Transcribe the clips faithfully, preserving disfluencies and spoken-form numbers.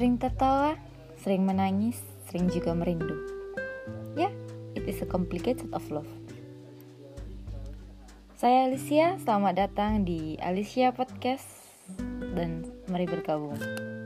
Sering tertawa, sering menangis, sering juga merindu. Ya, yeah, it is a complicated of love. Saya Alicia, selamat datang di Alicia Podcast dan mari bergabung.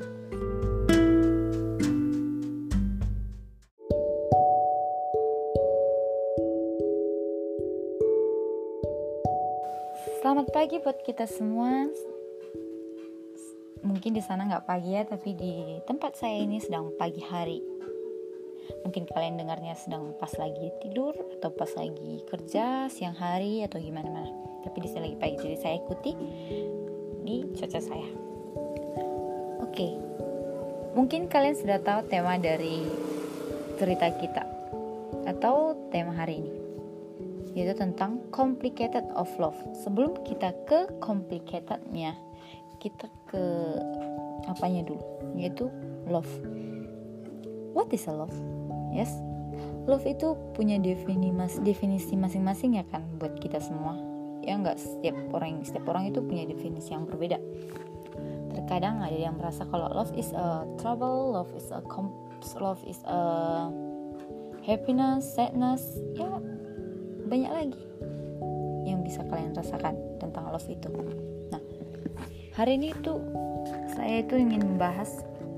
Selamat pagi buat kita semua. Mungkin di sana nggak pagi ya, tapi di tempat saya ini sedang pagi hari. Mungkin kalian dengarnya sedang pas lagi tidur atau pas lagi kerja siang hari atau gimana mana. Tapi di sini lagi pagi, jadi saya ikuti di cuaca saya. Oke, mungkin kalian sudah tahu tema dari cerita kita atau tema hari ini, yaitu tentang complicated of love. Sebelum kita ke complicatednya, kita ke apanya dulu, yaitu love. What is a love? Yes, love itu punya definisi definisi masing-masing ya kan buat kita semua. Ya nggak, setiap orang setiap orang itu punya definisi yang berbeda. Terkadang ada yang merasa kalau love is a trouble, love is a comp- love is a happiness, sadness. Ya banyak lagi yang bisa kalian rasakan tentang love itu. Nah, hari ini tuh saya itu ingin membahas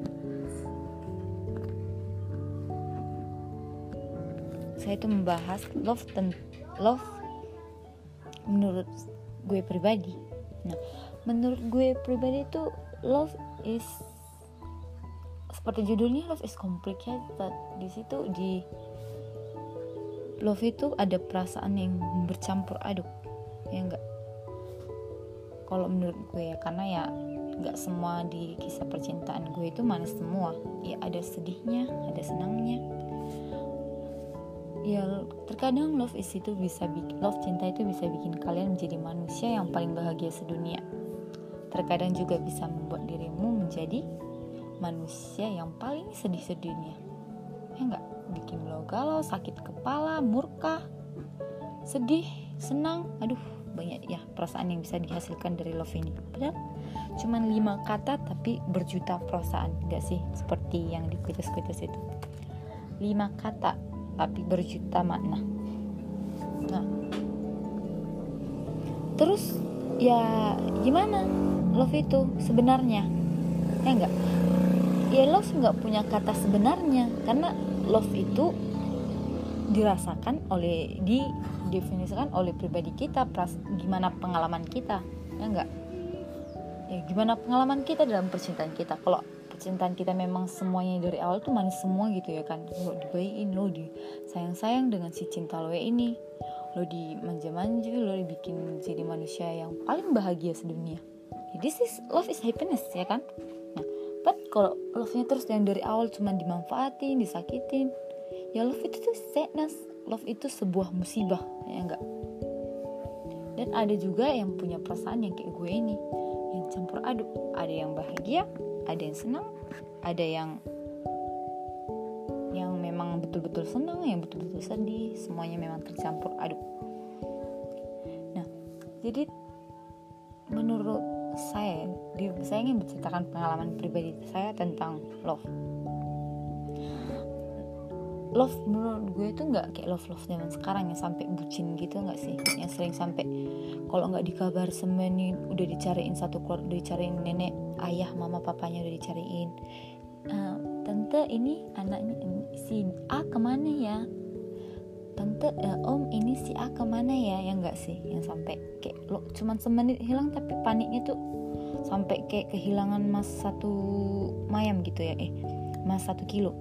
saya itu membahas love ten, love menurut gue pribadi. Nah, menurut gue pribadi itu love is seperti judulnya, love is complicated. Di situ di love itu ada perasaan yang bercampur aduk, ya enggak? Kalau menurut gue ya, karena ya enggak semua di kisah percintaan gue itu manis semua. Ya ada sedihnya, ada senangnya. Ya terkadang love is itu bisa bikin, love cinta itu bisa bikin kalian menjadi manusia yang paling bahagia sedunia. Terkadang juga bisa membuat dirimu menjadi manusia yang paling sedih sedunia. Ya enggak? Bikin lo galau, sakit kepala, murka, sedih, senang. Aduh, banyak ya perasaan yang bisa dihasilkan dari love ini. Padahal cuman lima kata tapi berjuta perasaan, enggak sih? Seperti yang di kuitas-kuitas itu. Lima kata tapi berjuta makna. Nah, terus ya gimana love itu sebenarnya? Ya enggak? Ya love enggak punya kata sebenarnya, karena love itu dirasakan oleh, didefinisikan oleh pribadi kita, pras, gimana pengalaman kita, ya enggak? Ya gimana pengalaman kita dalam percintaan kita. Kalau percintaan kita memang semuanya dari awal tuh manis semua gitu ya kan, lo dibayiin, lo disayang-sayang dengan si cinta lo ini, lo dimanja-manja, lo dibikin jadi manusia yang paling bahagia sedunia. This is love is happiness ya kan. Nah, but kalau love-nya terus yang dari awal cuma dimanfaatin, disakitin, ya love itu tuh sadness, love itu sebuah musibah, ya enggak? Dan ada juga yang punya perasaan yang kayak gue ini, yang campur aduk. Ada yang bahagia, ada yang senang, ada yang yang memang betul-betul senang, yang betul-betul sedih. Semuanya memang tercampur aduk. Nah, jadi menurut saya, saya ingin menceritakan pengalaman pribadi saya tentang love. Love menurut gue itu nggak kayak love love zaman sekarang yang sampai bucin gitu, nggak sih? Yang sering sampai kalau nggak dikabar semenin udah dicariin satu keluarga, udah dicariin nenek, ayah, mama, papanya udah dicariin. Uh, tante ini anaknya si A kemana ya? Tante, uh, om ini si A kemana ya? Ya nggak sih? Yang sampai kayak lo cuman semenit hilang tapi paniknya tuh sampai kayak kehilangan emas satu mayam gitu ya, eh emas satu kilo.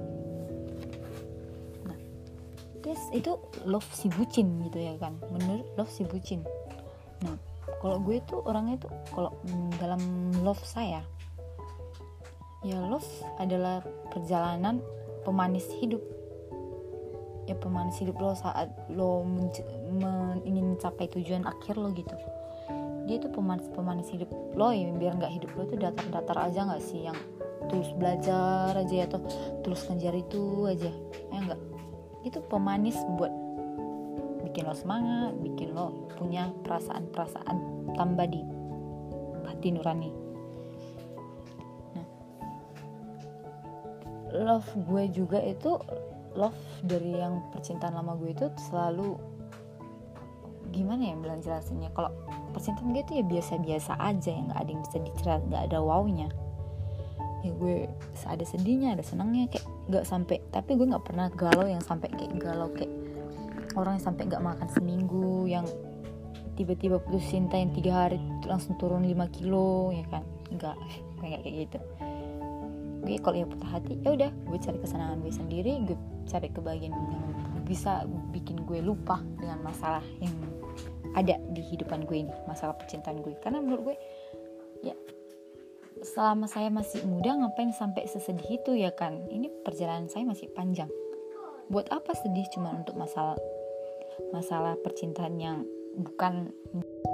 Yes, itu love si bucin gitu ya kan, menurut love si bucin. Nah, kalau gue tuh orangnya tuh kalau dalam love saya, ya love adalah perjalanan pemanis hidup. Ya pemanis hidup lo saat lo menc- men- ingin mencapai tujuan akhir lo gitu. Dia tuh pemanis pemanis hidup lo ya, biar nggak hidup lo tuh datar-datar aja nggak sih, yang terus belajar aja atau terus ngejar itu aja, ya nggak? Itu pemanis buat bikin lo semangat, bikin lo punya perasaan-perasaan tambah di hati nurani. Nah, love gue juga itu love dari yang percintaan lama gue itu selalu gimana ya bilang jelasinnya, kalau percintaan gue itu ya biasa-biasa aja, yang nggak ada yang bisa dicerat, nggak ada wownya. Ya gue ada sedihnya, ada senangnya, kayak nggak sampai, tapi gue nggak pernah galau yang sampai kayak galau kayak orang yang sampai nggak makan seminggu, yang tiba-tiba putus cinta yang tiga hari langsung turun lima kilo, ya kan? Nggak, kayak kayak gitu. Gue kalau ya patah hati, ya udah, gue cari kesenangan gue sendiri, gue cari kebahagiaan yang bisa bikin gue lupa dengan masalah yang ada di hidupan gue ini, masalah percintaan gue. Karena menurut gue ya selama saya masih muda ngapain sampai sesedih itu, ya kan? Ini perjalanan saya masih panjang. Buat apa sedih cuma untuk masalah masalah percintaan yang bukan